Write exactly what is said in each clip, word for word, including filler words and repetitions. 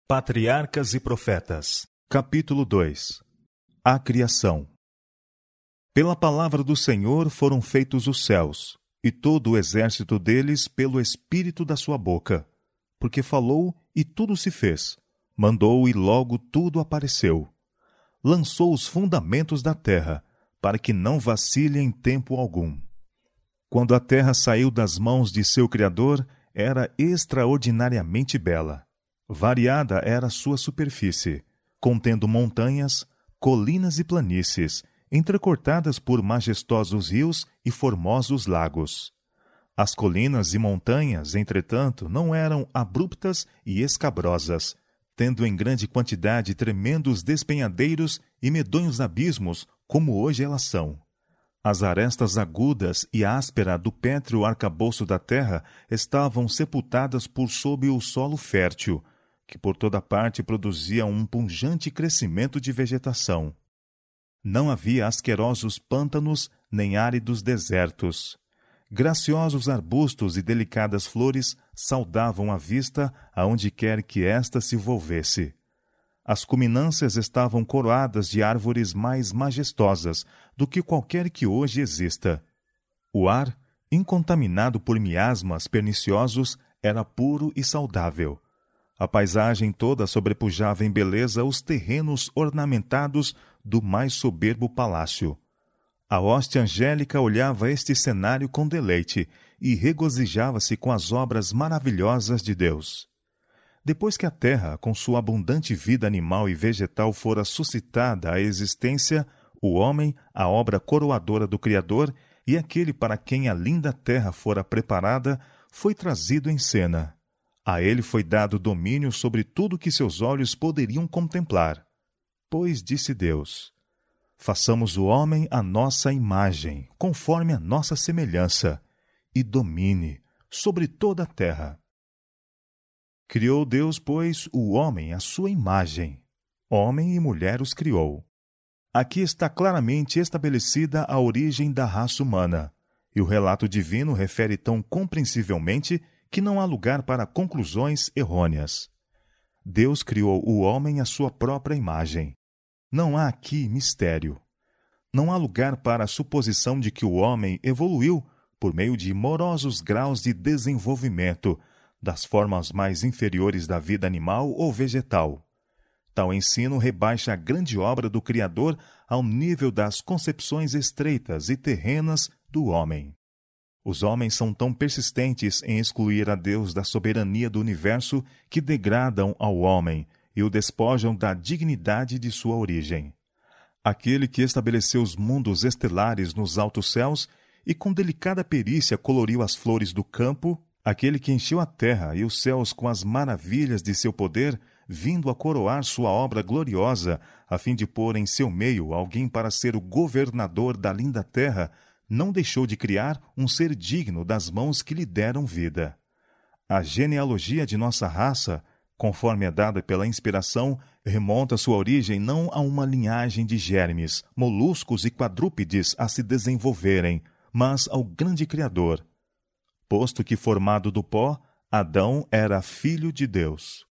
Patriarcas e Profetas. Capítulo dois. A Criação. Pela palavra do Senhor foram feitos os céus, e todo o exército deles pelo espírito da sua boca. Porque falou, e tudo se fez. Mandou, e logo tudo apareceu. Lançou os fundamentos da terra, para que não vacile em tempo algum. Quando a terra saiu das mãos de seu Criador, era extraordinariamente bela. Variada era sua superfície, contendo montanhas, colinas e planícies, entrecortadas por majestosos rios e formosos lagos. As colinas e montanhas, entretanto, não eram abruptas e escabrosas, tendo em grande quantidade tremendos despenhadeiros e medonhos abismos, como hoje elas são. As arestas agudas e áspera do pétreo arcabouço da terra estavam sepultadas por sob o solo fértil, que por toda parte produzia um pungente crescimento de vegetação. Não havia asquerosos pântanos nem áridos desertos. Graciosos arbustos e delicadas flores saudavam a vista aonde quer que esta se volvesse. As culminâncias estavam coroadas de árvores mais majestosas do que qualquer que hoje exista. O ar, incontaminado por miasmas perniciosos, era puro e saudável. A paisagem toda sobrepujava em beleza os terrenos ornamentados do mais soberbo palácio. A hoste angélica olhava este cenário com deleite e regozijava-se com as obras maravilhosas de Deus. Depois que a terra, com sua abundante vida animal e vegetal, fora suscitada à existência, o homem, a obra coroadora do Criador, e aquele para quem a linda terra fora preparada, foi trazido em cena. A ele foi dado domínio sobre tudo que seus olhos poderiam contemplar. Pois disse Deus: façamos o homem à nossa imagem, conforme a nossa semelhança, e domine sobre toda a terra. Criou Deus, pois, o homem à sua imagem. Homem e mulher os criou. Aqui está claramente estabelecida a origem da raça humana, e o relato divino refere tão compreensivelmente que não há lugar para conclusões errôneas. Deus criou o homem à sua própria imagem. Não há aqui mistério. Não há lugar para a suposição de que o homem evoluiu por meio de morosos graus de desenvolvimento, das formas mais inferiores da vida animal ou vegetal. Tal ensino rebaixa a grande obra do Criador ao nível das concepções estreitas e terrenas do homem. Os homens são tão persistentes em excluir a Deus da soberania do universo que degradam ao homem e o despojam da dignidade de sua origem. Aquele que estabeleceu os mundos estelares nos altos céus e com delicada perícia coloriu as flores do campo, aquele que encheu a terra e os céus com as maravilhas de seu poder, vindo a coroar sua obra gloriosa, a fim de pôr em seu meio alguém para ser o governador da linda terra, não deixou de criar um ser digno das mãos que lhe deram vida. A genealogia de nossa raça, conforme é dada pela inspiração, remonta sua origem não a uma linhagem de germes, moluscos e quadrúpedes a se desenvolverem, mas ao grande Criador. Posto que formado do pó, Adão era filho de Deus.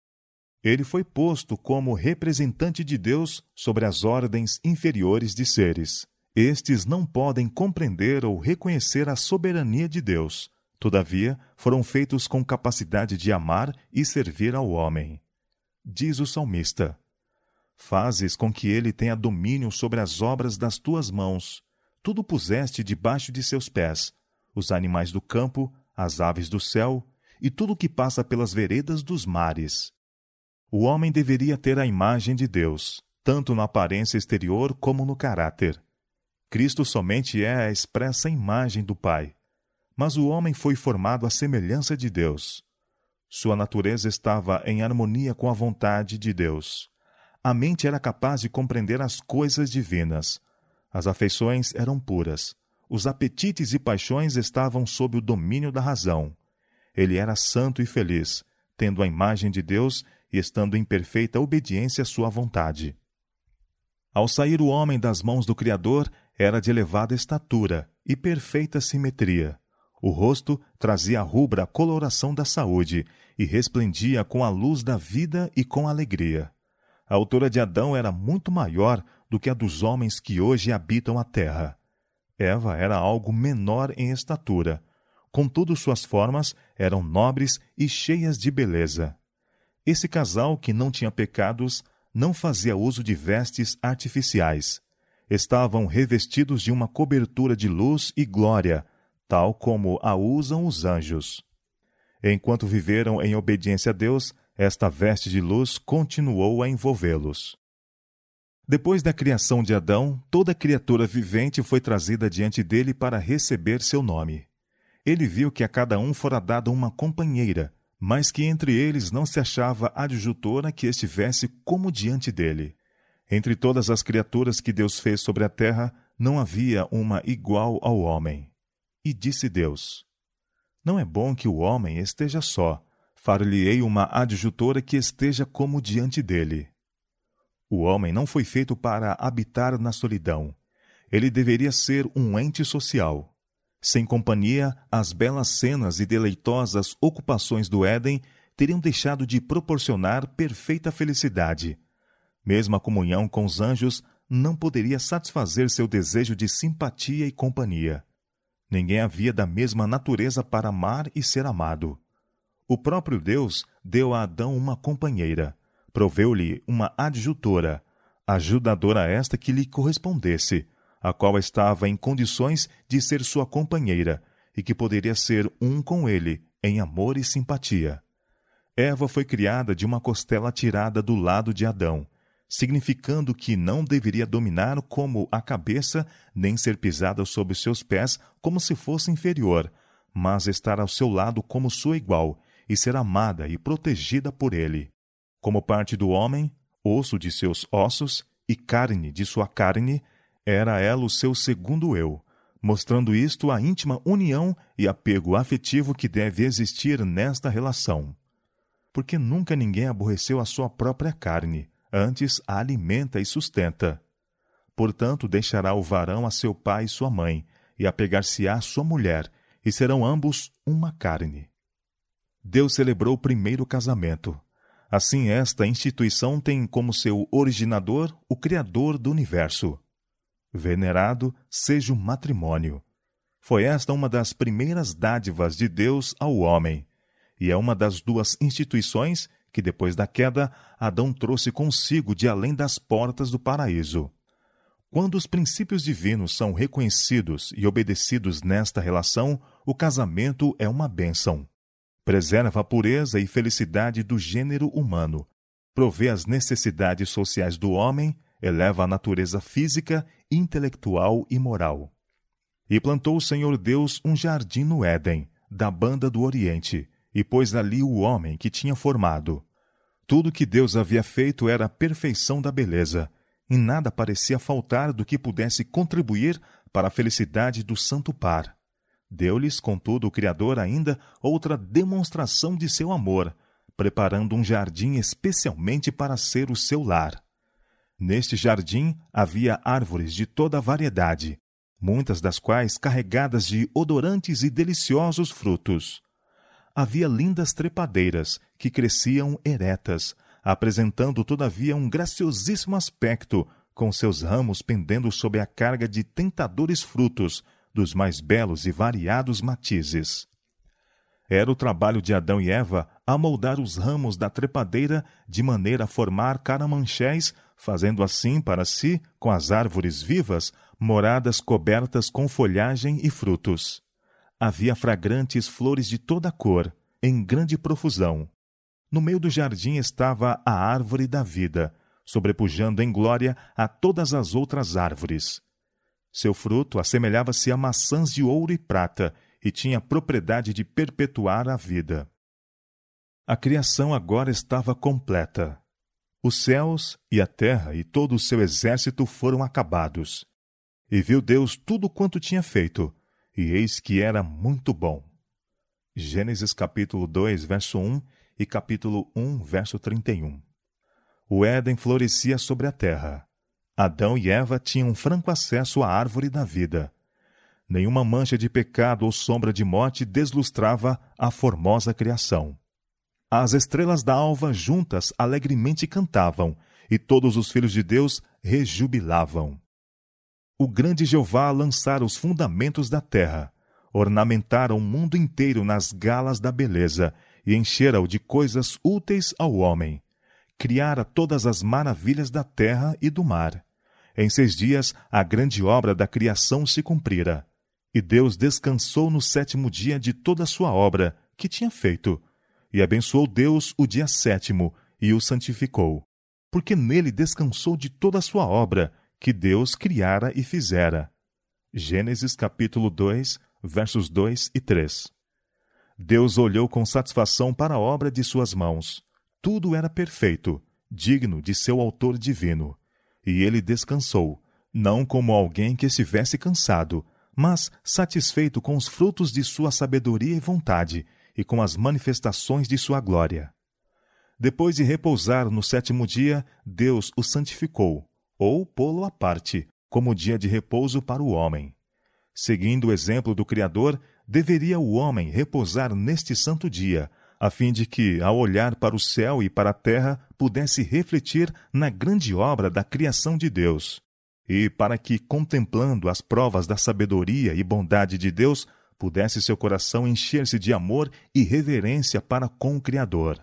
Ele foi posto como representante de Deus sobre as ordens inferiores de seres. Estes não podem compreender ou reconhecer a soberania de Deus. Todavia, foram feitos com capacidade de amar e servir ao homem. Diz o salmista: fazes com que ele tenha domínio sobre as obras das tuas mãos. Tudo puseste debaixo de seus pés, os animais do campo, as aves do céu e tudo que passa pelas veredas dos mares. O homem deveria ter a imagem de Deus, tanto na aparência exterior como no caráter. Cristo somente é a expressa imagem do Pai, mas o homem foi formado à semelhança de Deus. Sua natureza estava em harmonia com a vontade de Deus. A mente era capaz de compreender as coisas divinas. As afeições eram puras. Os apetites e paixões estavam sob o domínio da razão. Ele era santo e feliz, tendo a imagem de Deus e estando em perfeita obediência à sua vontade. Ao sair o homem das mãos do Criador, era de elevada estatura e perfeita simetria. O rosto trazia a rubra coloração da saúde e resplendia com a luz da vida e com alegria. A altura de Adão era muito maior do que a dos homens que hoje habitam a terra. Eva era algo menor em estatura. Contudo, suas formas eram nobres e cheias de beleza. Esse casal, que não tinha pecados, não fazia uso de vestes artificiais. Estavam revestidos de uma cobertura de luz e glória, tal como a usam os anjos. Enquanto viveram em obediência a Deus, esta veste de luz continuou a envolvê-los. Depois da criação de Adão, toda criatura vivente foi trazida diante dele para receber seu nome. Ele viu que a cada um fora dada uma companheira, mas que entre eles não se achava adjutora que estivesse como diante dele. Entre todas as criaturas que Deus fez sobre a terra, não havia uma igual ao homem. E disse Deus: Não é bom que o homem esteja só. Far-lhe-ei uma adjutora que esteja como diante dele. O homem não foi feito para habitar na solidão. Ele deveria ser um ente social. Sem companhia, as belas cenas e deleitosas ocupações do Éden teriam deixado de proporcionar perfeita felicidade. Mesmo a comunhão com os anjos não poderia satisfazer seu desejo de simpatia e companhia. Ninguém havia da mesma natureza para amar e ser amado. O próprio Deus deu a Adão uma companheira, proveu-lhe uma adjutora, ajudadora esta que lhe correspondesse, a qual estava em condições de ser sua companheira e que poderia ser um com ele em amor e simpatia. Eva foi criada de uma costela tirada do lado de Adão, significando que não deveria dominar como a cabeça, nem ser pisada sob seus pés como se fosse inferior, mas estar ao seu lado como sua igual e ser amada e protegida por ele. Como parte do homem, osso de seus ossos e carne de sua carne, era ela o seu segundo eu, mostrando isto a íntima união e apego afetivo que deve existir nesta relação. Porque nunca ninguém aborreceu a sua própria carne, antes a alimenta e sustenta. Portanto, deixará o varão a seu pai e sua mãe, e apegar-se-á à sua mulher, e serão ambos uma carne. Deus celebrou o primeiro casamento. Assim, esta instituição tem como seu originador o Criador do universo. Venerado seja o matrimônio. Foi esta uma das primeiras dádivas de Deus ao homem, e é uma das duas instituições que, depois da queda, Adão trouxe consigo de além das portas do paraíso. Quando os princípios divinos são reconhecidos e obedecidos nesta relação, o casamento é uma bênção. Preserva a pureza e felicidade do gênero humano, provê as necessidades sociais do homem, eleva a natureza física, intelectual e moral. E plantou o Senhor Deus um jardim no Éden, da banda do Oriente, e pôs ali o homem que tinha formado. Tudo que Deus havia feito era a perfeição da beleza, e nada parecia faltar do que pudesse contribuir para a felicidade do santo par. Deu-lhes, contudo, o Criador ainda outra demonstração de seu amor, preparando um jardim especialmente para ser o seu lar. Neste jardim havia árvores de toda a variedade, muitas das quais carregadas de odorantes e deliciosos frutos. Havia lindas trepadeiras que cresciam eretas, apresentando todavia um graciosíssimo aspecto, com seus ramos pendendo sob a carga de tentadores frutos, dos mais belos e variados matizes. Era o trabalho de Adão e Eva amoldar os ramos da trepadeira de maneira a formar caramanchés, fazendo assim para si, com as árvores vivas, moradas cobertas com folhagem e frutos. Havia fragrantes flores de toda cor, em grande profusão. No meio do jardim estava a árvore da vida, sobrepujando em glória a todas as outras árvores. Seu fruto assemelhava-se a maçãs de ouro e prata, e tinha a propriedade de perpetuar a vida. A criação agora estava completa. Os céus e a terra e todo o seu exército foram acabados. E viu Deus tudo quanto tinha feito, e eis que era muito bom. Gênesis capítulo dois, verso um e capítulo um, verso trinta e um. O Éden florescia sobre a terra. Adão e Eva tinham franco acesso à árvore da vida. Nenhuma mancha de pecado ou sombra de morte deslustrava a formosa criação. As estrelas da alva juntas alegremente cantavam, e todos os filhos de Deus rejubilavam. O grande Jeová lançara os fundamentos da terra, ornamentara o mundo inteiro nas galas da beleza e enchera-o de coisas úteis ao homem. Criara todas as maravilhas da terra e do mar. Em seis dias a grande obra da criação se cumprira. E Deus descansou no sétimo dia de toda a sua obra que tinha feito. E abençoou Deus o dia sétimo e o santificou, porque nele descansou de toda a sua obra que Deus criara e fizera. Gênesis capítulo dois, versos dois e três. Deus olhou com satisfação para a obra de suas mãos. Tudo era perfeito, digno de seu autor divino. E ele descansou, não como alguém que estivesse cansado, mas satisfeito com os frutos de sua sabedoria e vontade, e com as manifestações de sua glória. Depois de repousar no sétimo dia, Deus o santificou, ou pô-lo à parte, como dia de repouso para o homem. Seguindo o exemplo do Criador, deveria o homem repousar neste santo dia, a fim de que, ao olhar para o céu e para a terra, pudesse refletir na grande obra da criação de Deus. E para que, contemplando as provas da sabedoria e bondade de Deus, pudesse seu coração encher-se de amor e reverência para com o Criador.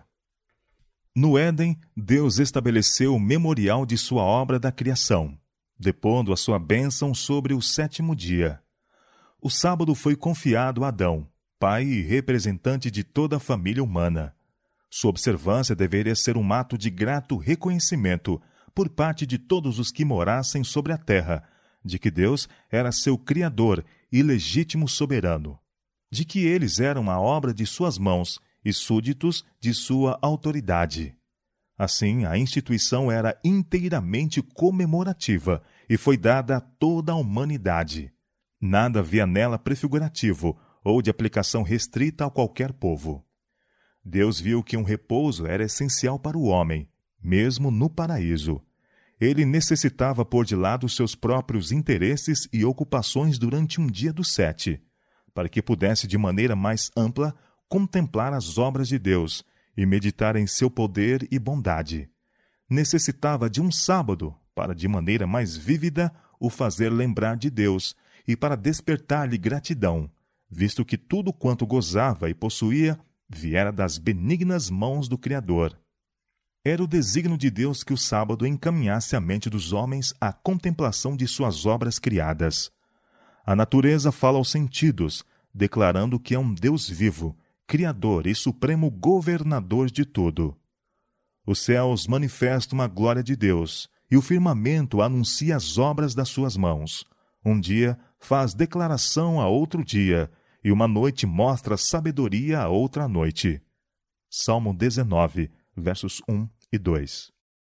No Éden, Deus estabeleceu o memorial de sua obra da criação, depondo a sua bênção sobre o sétimo dia. O sábado foi confiado a Adão, pai e representante de toda a família humana. Sua observância deveria ser um ato de grato reconhecimento por parte de todos os que morassem sobre a terra, de que Deus era seu Criador e legítimo soberano, de que eles eram a obra de suas mãos e súditos de sua autoridade. Assim, a instituição era inteiramente comemorativa e foi dada a toda a humanidade. Nada havia nela prefigurativo ou de aplicação restrita a qualquer povo. Deus viu que um repouso era essencial para o homem, mesmo no paraíso. Ele necessitava pôr de lado seus próprios interesses e ocupações durante um dia dos sete, para que pudesse de maneira mais ampla contemplar as obras de Deus e meditar em seu poder e bondade. Necessitava de um sábado para, de maneira mais vívida, o fazer lembrar de Deus e para despertar-lhe gratidão, visto que tudo quanto gozava e possuía viera das benignas mãos do Criador. Era o desígnio de Deus que o sábado encaminhasse a mente dos homens à contemplação de suas obras criadas. A natureza fala aos sentidos, declarando que é um Deus vivo, Criador e supremo governador de tudo. Os céus manifestam a glória de Deus, e o firmamento anuncia as obras das suas mãos. Um dia faz declaração a outro dia, e uma noite mostra sabedoria a outra noite. Salmo dezenove, versos um e dois.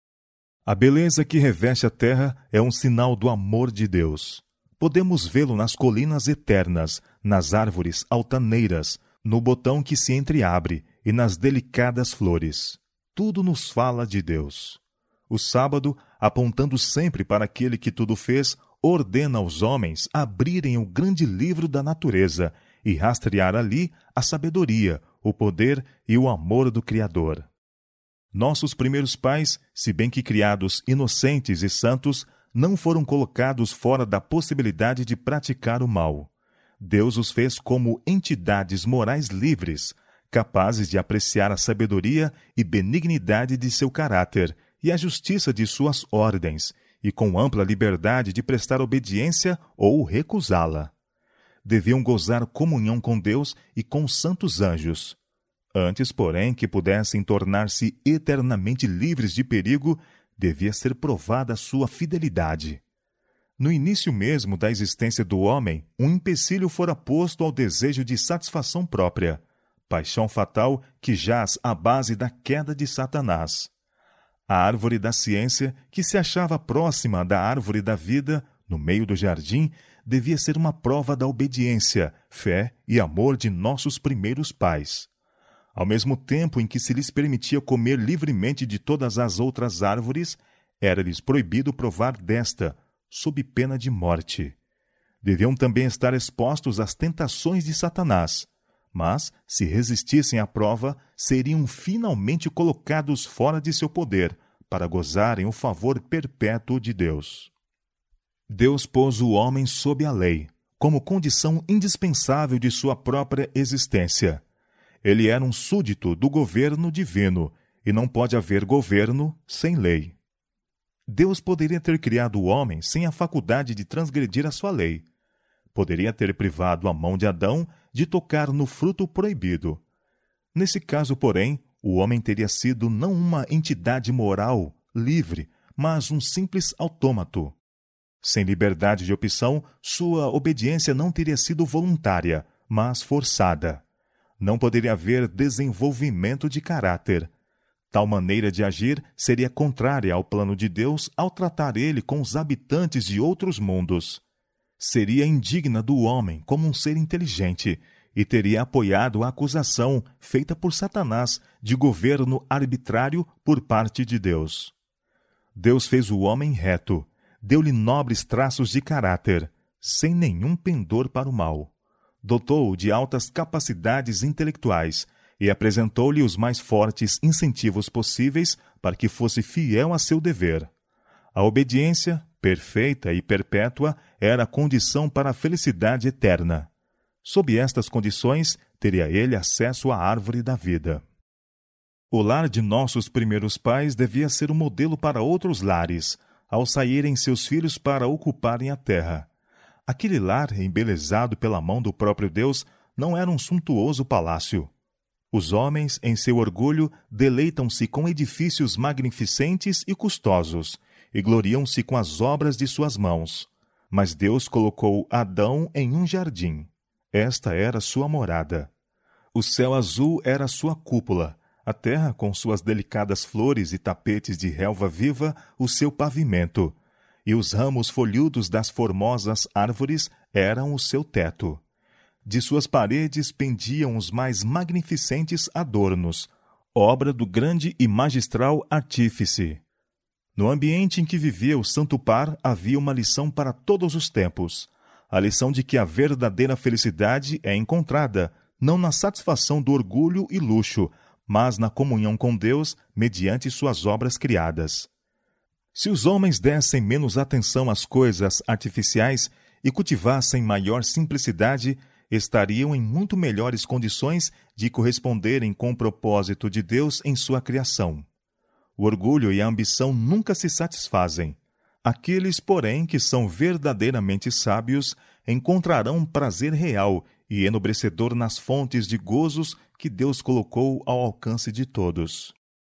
A beleza que reveste a terra é um sinal do amor de Deus. Podemos vê-lo nas colinas eternas, nas árvores altaneiras, no botão que se entreabre e nas delicadas flores. Tudo nos fala de Deus. O sábado, apontando sempre para aquele que tudo fez, ordena aos homens abrirem o grande livro da natureza e rastrear ali a sabedoria, o poder e o amor do Criador. Nossos primeiros pais, se bem que criados inocentes e santos, não foram colocados fora da possibilidade de praticar o mal. Deus os fez como entidades morais livres, capazes de apreciar a sabedoria e benignidade de seu caráter e a justiça de suas ordens, e com ampla liberdade de prestar obediência ou recusá-la. Deviam gozar comunhão com Deus e com os santos anjos. Antes, porém, que pudessem tornar-se eternamente livres de perigo, devia ser provada a sua fidelidade. No início mesmo da existência do homem, um empecilho fora posto ao desejo de satisfação própria, paixão fatal que jaz à base da queda de Satanás. A árvore da ciência, que se achava próxima da árvore da vida, no meio do jardim, devia ser uma prova da obediência, fé e amor de nossos primeiros pais. Ao mesmo tempo em que se lhes permitia comer livremente de todas as outras árvores, era-lhes proibido provar desta, sob pena de morte. Deviam também estar expostos às tentações de Satanás, mas, se resistissem à prova, seriam finalmente colocados fora de seu poder, para gozarem o favor perpétuo de Deus. Deus pôs o homem sob a lei, como condição indispensável de sua própria existência. Ele era um súdito do governo divino, e não pode haver governo sem lei. Deus poderia ter criado o homem sem a faculdade de transgredir a sua lei. Poderia ter privado a mão de Adão de tocar no fruto proibido. Nesse caso, porém, o homem teria sido não uma entidade moral, livre, mas um simples autômato. Sem liberdade de opção, sua obediência não teria sido voluntária, mas forçada. Não poderia haver desenvolvimento de caráter. Tal maneira de agir seria contrária ao plano de Deus ao tratar ele com os habitantes de outros mundos. Seria indigna do homem como um ser inteligente e teria apoiado a acusação feita por Satanás de governo arbitrário por parte de Deus. Deus fez o homem reto, deu-lhe nobres traços de caráter, sem nenhum pendor para o mal. Dotou-o de altas capacidades intelectuais e apresentou-lhe os mais fortes incentivos possíveis para que fosse fiel a seu dever. A obediência, perfeita e perpétua, era a condição para a felicidade eterna. Sob estas condições, teria ele acesso à árvore da vida. O lar de nossos primeiros pais devia ser um modelo para outros lares, ao saírem seus filhos para ocuparem a terra. Aquele lar, embelezado pela mão do próprio Deus, não era um suntuoso palácio. Os homens, em seu orgulho, deleitam-se com edifícios magnificentes e custosos, e gloriam-se com as obras de suas mãos. Mas Deus colocou Adão em um jardim. Esta era sua morada. O céu azul era sua cúpula, a terra, com suas delicadas flores e tapetes de relva viva, o seu pavimento, e os ramos folhudos das formosas árvores eram o seu teto. De suas paredes pendiam os mais magnificentes adornos, obra do grande e magistral artífice. No ambiente em que vivia o Santo Par havia uma lição para todos os tempos, a lição de que a verdadeira felicidade é encontrada, não na satisfação do orgulho e luxo, mas na comunhão com Deus mediante suas obras criadas. Se os homens dessem menos atenção às coisas artificiais e cultivassem maior simplicidade, estariam em muito melhores condições de corresponderem com o propósito de Deus em sua criação. O orgulho e a ambição nunca se satisfazem. Aqueles, porém, que são verdadeiramente sábios, encontrarão prazer real e enobrecedor nas fontes de gozos que Deus colocou ao alcance de todos.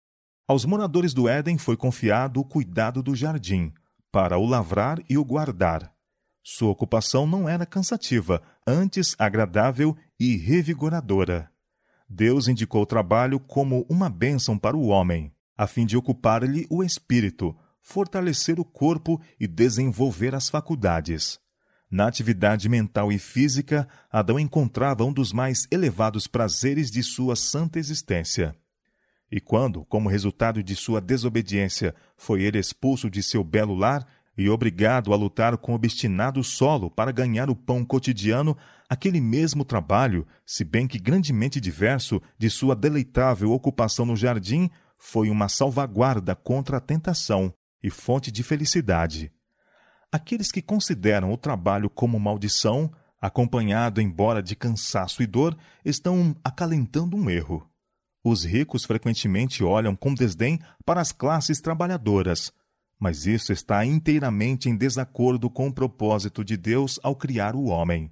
Aos moradores do Éden foi confiado o cuidado do jardim, para o lavrar e o guardar. Sua ocupação não era cansativa, antes agradável e revigoradora. Deus indicou o trabalho como uma bênção para o homem, a fim de ocupar-lhe o espírito, fortalecer o corpo e desenvolver as faculdades. Na atividade mental e física, Adão encontrava um dos mais elevados prazeres de sua santa existência. E quando, como resultado de sua desobediência, foi ele expulso de seu belo lar e obrigado a lutar com o obstinado solo para ganhar o pão cotidiano, aquele mesmo trabalho, se bem que grandemente diverso de sua deleitável ocupação no jardim, foi uma salvaguarda contra a tentação e fonte de felicidade. Aqueles que consideram o trabalho como maldição, acompanhado embora de cansaço e dor, estão acalentando um erro. Os ricos frequentemente olham com desdém para as classes trabalhadoras, mas isso está inteiramente em desacordo com o propósito de Deus ao criar o homem.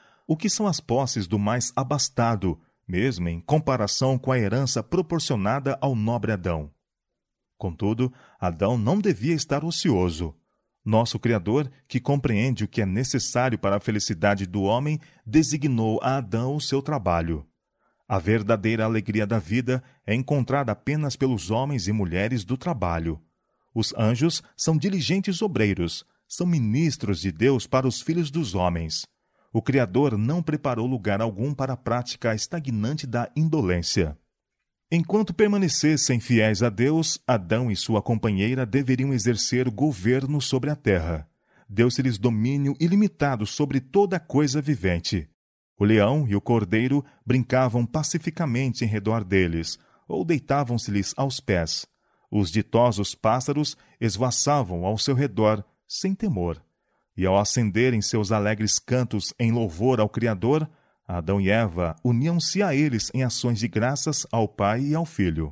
O que são as posses do mais abastado, mesmo em comparação com a herança proporcionada ao nobre Adão? Contudo, Adão não devia estar ocioso. Nosso Criador, que compreende o que é necessário para a felicidade do homem, designou a Adão o seu trabalho. A verdadeira alegria da vida é encontrada apenas pelos homens e mulheres do trabalho. Os anjos são diligentes obreiros, são ministros de Deus para os filhos dos homens. O Criador não preparou lugar algum para a prática estagnante da indolência. Enquanto permanecessem fiéis a Deus, Adão e sua companheira deveriam exercer governo sobre a terra. deu-se-lhes domínio ilimitado sobre toda coisa vivente. O leão e o cordeiro brincavam pacificamente em redor deles, ou deitavam-se-lhes aos pés. Os ditosos pássaros esvoaçavam ao seu redor, sem temor. E ao acenderem seus alegres cantos em louvor ao Criador, Adão e Eva uniam-se a eles em ações de graças ao Pai e ao Filho.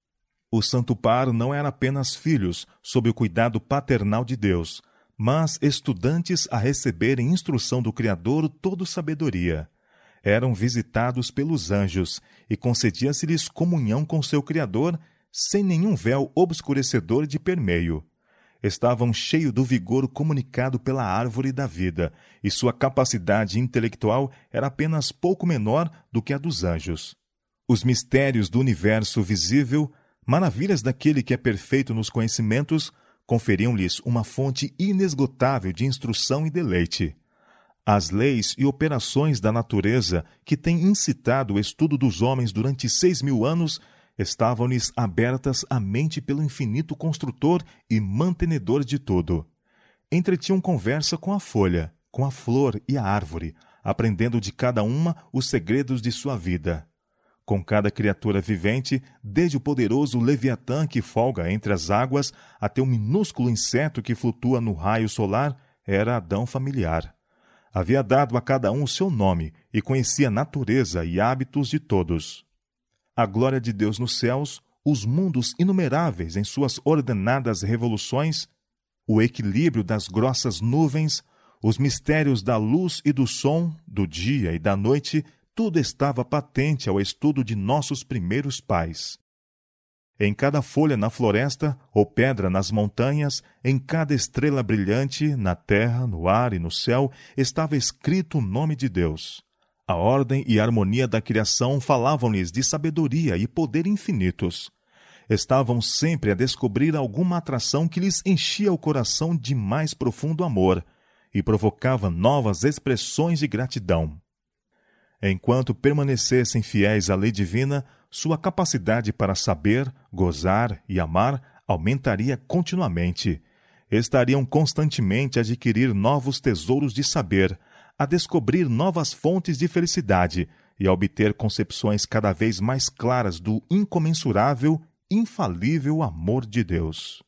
O santo par não era apenas filhos, sob o cuidado paternal de Deus, mas estudantes a receberem instrução do Criador toda sabedoria. Eram visitados pelos anjos, e concedia-se-lhes comunhão com seu Criador, sem nenhum véu obscurecedor de permeio. Estavam cheios do vigor comunicado pela árvore da vida, e sua capacidade intelectual era apenas pouco menor do que a dos anjos. Os mistérios do universo visível, maravilhas daquele que é perfeito nos conhecimentos, conferiam-lhes uma fonte inesgotável de instrução e deleite. As leis e operações da natureza, que têm incitado o estudo dos homens durante seis mil anos, estavam-lhes abertas à mente pelo infinito construtor e mantenedor de tudo. Entretinham conversa com a folha, com a flor e a árvore, aprendendo de cada uma os segredos de sua vida. Com cada criatura vivente, desde o poderoso Leviatã que folga entre as águas até o minúsculo inseto que flutua no raio solar, era Adão familiar. Havia dado a cada um o seu nome e conhecia a natureza e hábitos de todos. A glória de Deus nos céus, os mundos inumeráveis em suas ordenadas revoluções, o equilíbrio das grossas nuvens, os mistérios da luz e do som, do dia e da noite, tudo estava patente ao estudo de nossos primeiros pais. Em cada folha na floresta, ou pedra nas montanhas, em cada estrela brilhante, na terra, no ar e no céu, estava escrito o nome de Deus. A ordem e a harmonia da criação falavam-lhes de sabedoria e poder infinitos. Estavam sempre a descobrir alguma atração que lhes enchia o coração de mais profundo amor e provocava novas expressões de gratidão. Enquanto permanecessem fiéis à lei divina, sua capacidade para saber, gozar e amar aumentaria continuamente. Estariam constantemente a adquirir novos tesouros de saber, a descobrir novas fontes de felicidade e a obter concepções cada vez mais claras do incomensurável, infalível amor de Deus.